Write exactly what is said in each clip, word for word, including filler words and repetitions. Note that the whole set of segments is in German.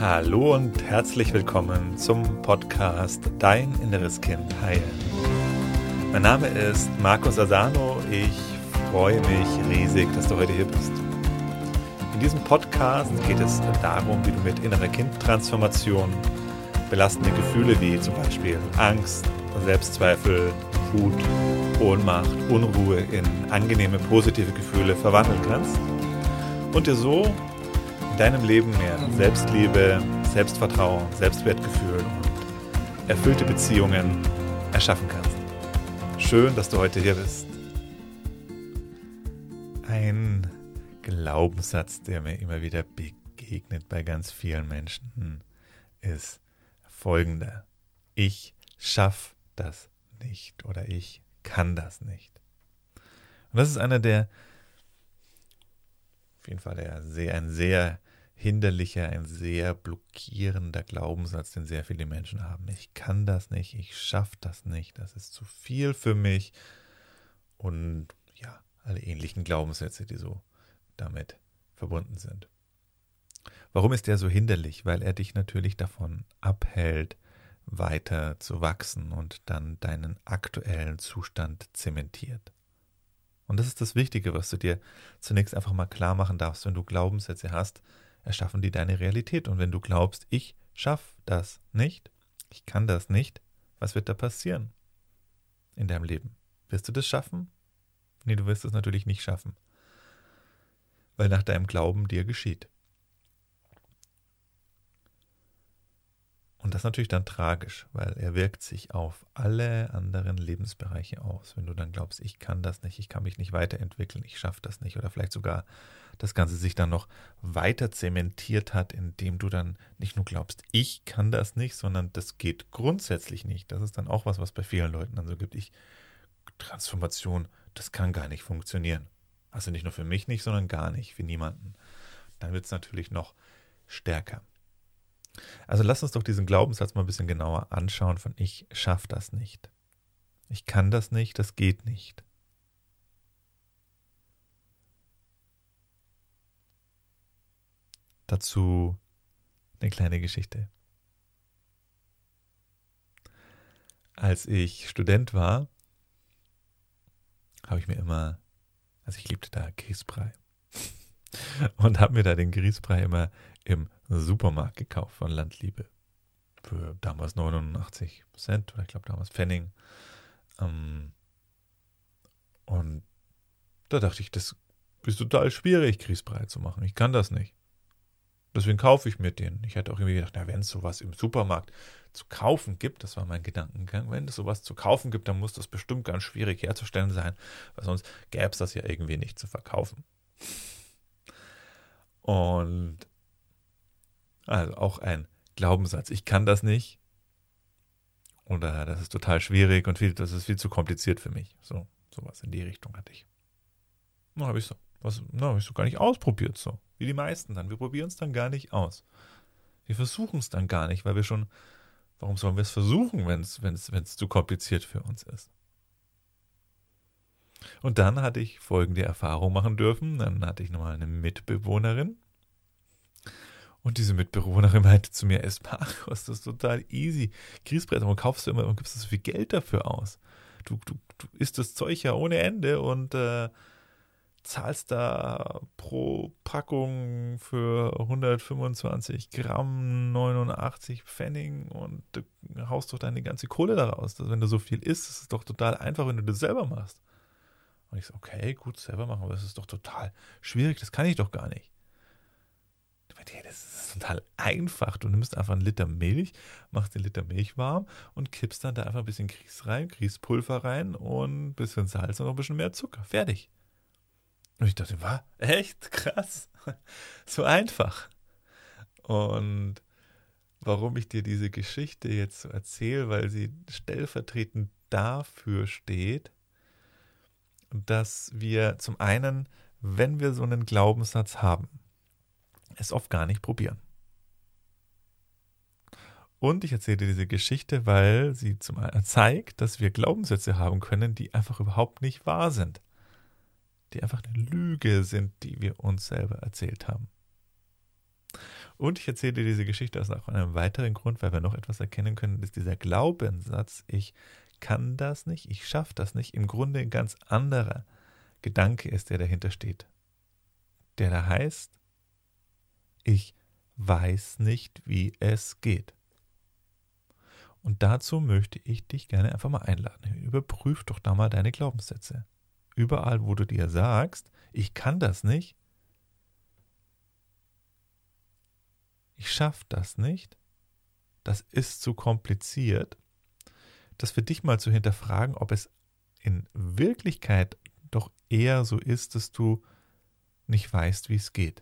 Hallo und herzlich willkommen zum Podcast Dein inneres Kind heilen. Mein Name ist Markus Asano. Ich freue mich riesig, dass du heute hier bist. In diesem Podcast geht es darum, wie du mit innerer Kindtransformation belastende Gefühle wie zum Beispiel Angst, Selbstzweifel, Wut, Ohnmacht, Unruhe in angenehme, positive Gefühle verwandeln kannst und dir so in deinem Leben mehr Selbstliebe, Selbstvertrauen, Selbstwertgefühl und erfüllte Beziehungen erschaffen kannst. Schön, dass du heute hier bist. Ein Glaubenssatz, der mir immer wieder begegnet bei ganz vielen Menschen, ist folgender: Ich schaff das nicht oder ich kann das nicht. Und das ist einer der, auf jeden Fall der sehr, ein sehr hinderlicher, ein sehr blockierender Glaubenssatz, den sehr viele Menschen haben. Ich kann das nicht, ich schaffe das nicht, das ist zu viel für mich. Und ja, alle ähnlichen Glaubenssätze, die so damit verbunden sind. Warum ist der so hinderlich? Weil er dich natürlich davon abhält, weiter zu wachsen und dann deinen aktuellen Zustand zementiert. Und das ist das Wichtige, was du dir zunächst einfach mal klar machen darfst. Wenn du Glaubenssätze hast, erschaffen die deine Realität. Und wenn du glaubst, ich schaffe das nicht, ich kann das nicht, was wird da passieren in deinem Leben? Wirst du das schaffen? Nee, du wirst es natürlich nicht schaffen, weil nach deinem Glauben dir geschieht. Und das ist natürlich dann tragisch, weil er wirkt sich auf alle anderen Lebensbereiche aus. Wenn du dann glaubst, ich kann das nicht, ich kann mich nicht weiterentwickeln, ich schaffe das nicht, oder vielleicht sogar das Ganze sich dann noch weiter zementiert hat, indem du dann nicht nur glaubst, ich kann das nicht, sondern das geht grundsätzlich nicht. Das ist dann auch was, was bei vielen Leuten dann so gibt. Ich, Transformation, das kann gar nicht funktionieren. Also nicht nur für mich nicht, sondern gar nicht, für niemanden. Dann wird es natürlich noch stärker. Also lass uns doch diesen Glaubenssatz mal ein bisschen genauer anschauen von ich schaffe das nicht. Ich kann das nicht, das geht nicht. Dazu eine kleine Geschichte. Als ich Student war, habe ich mir immer, also ich liebte da Grießbrei und habe mir da den Grießbrei immer im Supermarkt gekauft von Landliebe. Für damals neunundachtzig Cent oder ich glaube damals Pfennig. Ähm, und da dachte ich, das ist total schwierig, Grießbrei zu machen. Ich kann das nicht. Deswegen kaufe ich mir den. Ich hätte auch irgendwie gedacht, na, wenn es sowas im Supermarkt zu kaufen gibt, das war mein Gedankengang, wenn es sowas zu kaufen gibt, dann muss das bestimmt ganz schwierig herzustellen sein, weil sonst gäbe es das ja irgendwie nicht zu verkaufen. Und also auch ein Glaubenssatz, ich kann das nicht oder das ist total schwierig und viel, das ist viel zu kompliziert für mich. So, sowas in die Richtung hatte ich. Na, habe ich so, was, na, habe ich so gar nicht ausprobiert, so wie die meisten dann. Wir probieren es dann gar nicht aus. Wir versuchen es dann gar nicht, weil wir schon, warum sollen wir es versuchen, wenn es, wenn es, wenn es zu kompliziert für uns ist? Und dann hatte ich folgende Erfahrung machen dürfen. Dann hatte ich nochmal eine Mitbewohnerin. Und diese Mitbewohnerin meinte zu mir, es Markus, das ist total easy. Grießbrei, warum kaufst du immer und gibst du so viel Geld dafür aus? Du, du, du isst das Zeug ja ohne Ende und äh, zahlst da pro Packung für hundertfünfundzwanzig Gramm neunundachtzig Pfennig und du haust doch deine ganze Kohle daraus. Also wenn du so viel isst, ist es doch total einfach, wenn du das selber machst. Und ich so, okay, gut, selber machen, aber das ist doch total schwierig, das kann ich doch gar nicht. Das ist total einfach. Du nimmst einfach einen Liter Milch, machst den Liter Milch warm und kippst dann da einfach ein bisschen Grieß rein, Grießpulver rein und ein bisschen Salz und noch ein bisschen mehr Zucker. Fertig. Und ich dachte, was? Echt? Krass. So einfach. Und warum ich dir diese Geschichte jetzt so erzähle, weil sie stellvertretend dafür steht, dass wir zum einen, wenn wir so einen Glaubenssatz haben, es oft gar nicht probieren. Und ich erzähle dir diese Geschichte, weil sie zum einen zeigt, dass wir Glaubenssätze haben können, die einfach überhaupt nicht wahr sind. Die einfach eine Lüge sind, die wir uns selber erzählt haben. Und ich erzähle dir diese Geschichte aus noch einem weiteren Grund, weil wir noch etwas erkennen können, ist dieser Glaubenssatz, ich kann das nicht, ich schaffe das nicht, im Grunde ein ganz anderer Gedanke ist, der dahinter steht. Der da heißt, ich weiß nicht, wie es geht. Und dazu möchte ich dich gerne einfach mal einladen. Überprüf doch da mal deine Glaubenssätze. Überall, wo du dir sagst, ich kann das nicht, ich schaffe das nicht, das ist zu kompliziert, das für dich mal zu hinterfragen, ob es in Wirklichkeit doch eher so ist, dass du nicht weißt, wie es geht.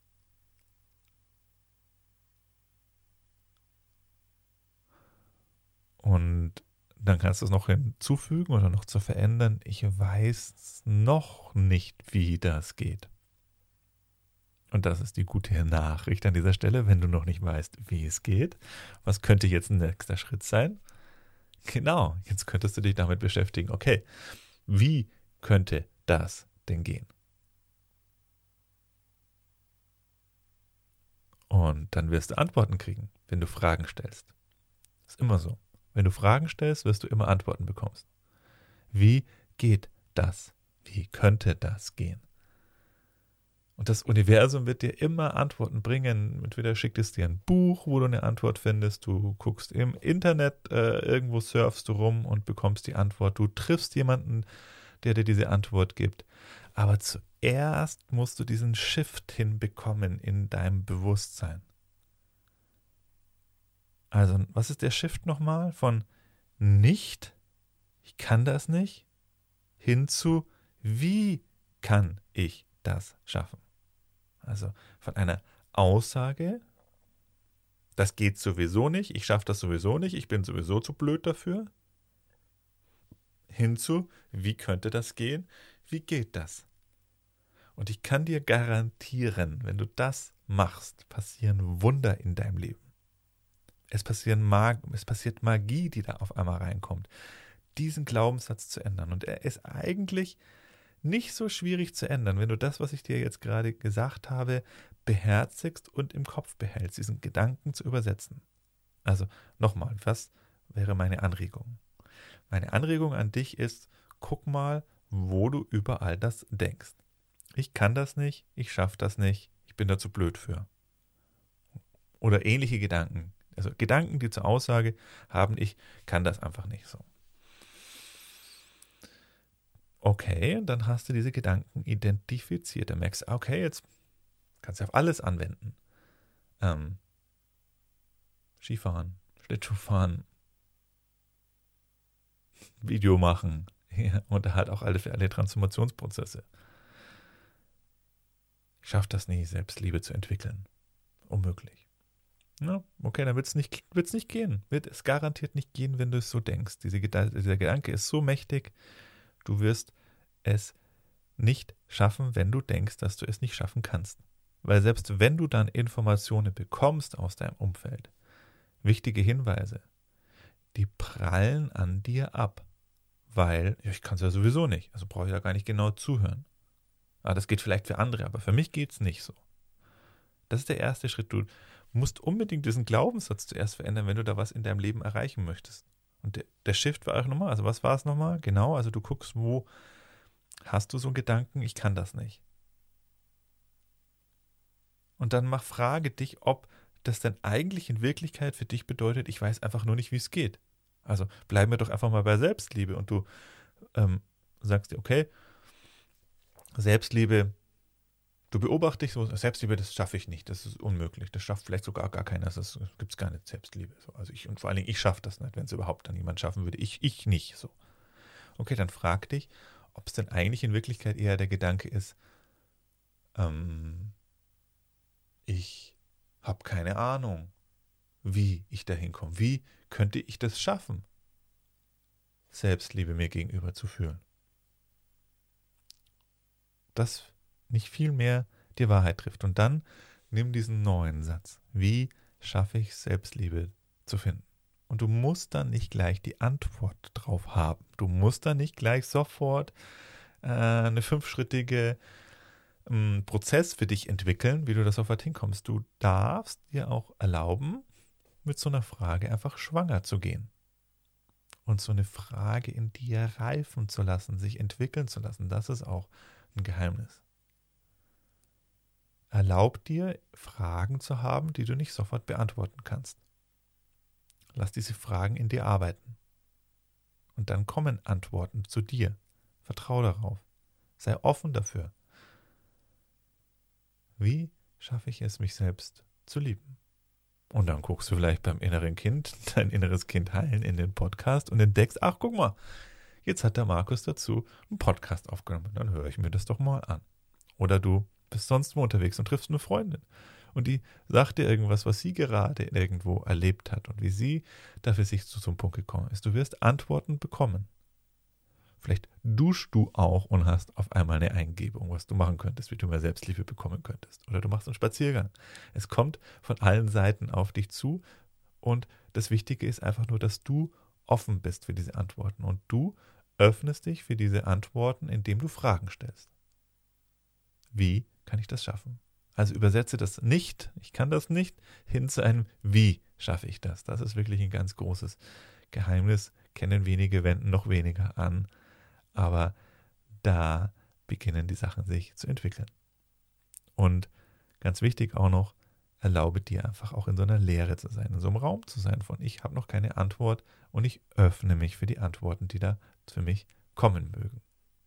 Und dann kannst du es noch hinzufügen oder noch zu verändern. Ich weiß noch nicht, wie das geht. Und das ist die gute Nachricht an dieser Stelle, wenn du noch nicht weißt, wie es geht. Was könnte jetzt ein nächster Schritt sein? Genau, jetzt könntest du dich damit beschäftigen. Okay, wie könnte das denn gehen? Und dann wirst du Antworten kriegen, wenn du Fragen stellst. Das ist immer so. Wenn du Fragen stellst, wirst du immer Antworten bekommen. Wie geht das? Wie könnte das gehen? Und das Universum wird dir immer Antworten bringen. Entweder schickt es dir ein Buch, wo du eine Antwort findest. Du guckst im Internet, äh, irgendwo surfst du rum und bekommst die Antwort. Du triffst jemanden, der dir diese Antwort gibt. Aber zuerst musst du diesen Shift hinbekommen in deinem Bewusstsein. Also, was ist der Shift nochmal? Von nicht, ich kann das nicht, hin zu, wie kann ich das schaffen? Also von einer Aussage, das geht sowieso nicht, ich schaffe das sowieso nicht, ich bin sowieso zu blöd dafür, hin zu, wie könnte das gehen, wie geht das? Und ich kann dir garantieren, wenn du das machst, passieren Wunder in deinem Leben. Es, passieren Mag- es passiert Magie, die da auf einmal reinkommt, diesen Glaubenssatz zu ändern. Und er ist eigentlich nicht so schwierig zu ändern, wenn du das, was ich dir jetzt gerade gesagt habe, beherzigst und im Kopf behältst, diesen Gedanken zu übersetzen. Also nochmal, was wäre meine Anregung? Meine Anregung an dich ist, guck mal, wo du überall das denkst. Ich kann das nicht, ich schaffe das nicht, ich bin da zu blöd für. Oder ähnliche Gedanken. Also Gedanken, die zur Aussage haben, ich kann das einfach nicht so. Okay, dann hast du diese Gedanken identifiziert. Dann merkst du, okay, jetzt kannst du auf alles anwenden. Ähm, Skifahren, Schlittschuhfahren, Video machen, ja, und halt auch alle für alle Transformationsprozesse. Ich schaffe das nicht, Selbstliebe zu entwickeln. Unmöglich. Ja, okay, dann wird es nicht, wird's nicht gehen. Wird es garantiert nicht gehen, wenn du es so denkst. Diese, dieser Gedanke ist so mächtig, du wirst es nicht schaffen, wenn du denkst, dass du es nicht schaffen kannst. Weil selbst wenn du dann Informationen bekommst aus deinem Umfeld, wichtige Hinweise, die prallen an dir ab. Weil, ja, ich kann es ja sowieso nicht, also brauche ich ja gar nicht genau zuhören. Ah, das geht vielleicht für andere, aber für mich geht es nicht so. Das ist der erste Schritt. Du musst unbedingt diesen Glaubenssatz zuerst verändern, wenn du da was in deinem Leben erreichen möchtest. Und der, der Shift war auch nochmal, also was war es nochmal? Genau, also du guckst, wo hast du so einen Gedanken, ich kann das nicht. Und dann mach, frage dich, ob das denn eigentlich in Wirklichkeit für dich bedeutet, ich weiß einfach nur nicht, wie es geht. Also bleiben wir doch einfach mal bei Selbstliebe und du ähm, sagst dir, okay, Selbstliebe, du beobachtest dich so, Selbstliebe, das schaffe ich nicht, das ist unmöglich, das schafft vielleicht sogar gar keiner, das gibt es gar nicht, Selbstliebe. So. Also ich, und vor allen Dingen, ich schaffe das nicht, wenn es überhaupt dann jemand schaffen würde, ich, ich nicht so. Okay, dann frag dich, ob es denn eigentlich in Wirklichkeit eher der Gedanke ist, ähm, ich habe keine Ahnung, wie ich da hinkomme, wie könnte ich das schaffen, Selbstliebe mir gegenüber zu fühlen. Das nicht viel mehr die Wahrheit trifft. Und dann nimm diesen neuen Satz. Wie schaffe ich Selbstliebe zu finden? Und du musst dann nicht gleich die Antwort drauf haben. Du musst dann nicht gleich sofort äh, eine fünfschrittige einen Prozess für dich entwickeln, wie du das sofort hinkommst. Du darfst dir auch erlauben, mit so einer Frage einfach schwanger zu gehen. Und so eine Frage in dir reifen zu lassen, sich entwickeln zu lassen, das ist auch ein Geheimnis. Erlaub dir, Fragen zu haben, die du nicht sofort beantworten kannst. Lass diese Fragen in dir arbeiten. Und dann kommen Antworten zu dir. Vertrau darauf. Sei offen dafür. Wie schaffe ich es, mich selbst zu lieben? Und dann guckst du vielleicht beim inneren Kind, dein inneres Kind heilen in den Podcast und entdeckst, ach guck mal, jetzt hat der Markus dazu einen Podcast aufgenommen. Dann höre ich mir das doch mal an. Oder du bist sonst wo unterwegs und triffst eine Freundin. Und die sagt dir irgendwas, was sie gerade irgendwo erlebt hat und wie sie dafür sich zu so einem Punkt gekommen ist. Du wirst Antworten bekommen. Vielleicht duschst du auch und hast auf einmal eine Eingebung, was du machen könntest, wie du mehr Selbstliebe bekommen könntest. Oder du machst einen Spaziergang. Es kommt von allen Seiten auf dich zu und das Wichtige ist einfach nur, dass du offen bist für diese Antworten und du öffnest dich für diese Antworten, indem du Fragen stellst. Wie kann ich das schaffen? Also übersetze das nicht, ich kann das nicht, hin zu einem Wie schaffe ich das? Das ist wirklich ein ganz großes Geheimnis, kennen wenige, wenden noch weniger an. Aber da beginnen die Sachen sich zu entwickeln. Und ganz wichtig auch noch, erlaube dir einfach auch in so einer Leere zu sein, in so einem Raum zu sein von ich habe noch keine Antwort und ich öffne mich für die Antworten, die da für mich kommen mögen.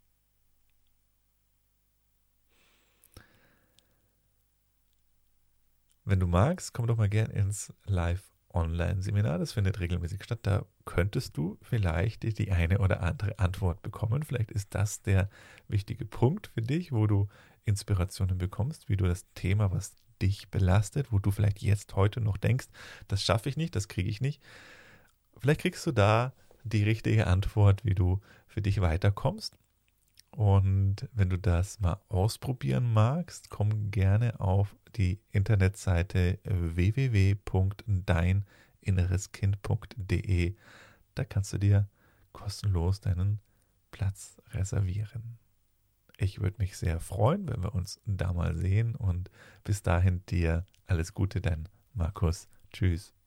Wenn du magst, komm doch mal gern ins Live-Online-Seminar. Das findet regelmäßig statt. Da könntest du vielleicht die eine oder andere Antwort bekommen. Vielleicht ist das der wichtige Punkt für dich, wo du Inspirationen bekommst, wie du das Thema, was dich belastet, wo du vielleicht jetzt heute noch denkst, das schaffe ich nicht, das kriege ich nicht. Vielleicht kriegst du da die richtige Antwort, wie du für dich weiterkommst. Und wenn du das mal ausprobieren magst, komm gerne auf die Internetseite w w w punkt dein inneres kind punkt d e. Da kannst du dir kostenlos deinen Platz reservieren. Ich würde mich sehr freuen, wenn wir uns da mal sehen und bis dahin dir alles Gute, dein Markus. Tschüss.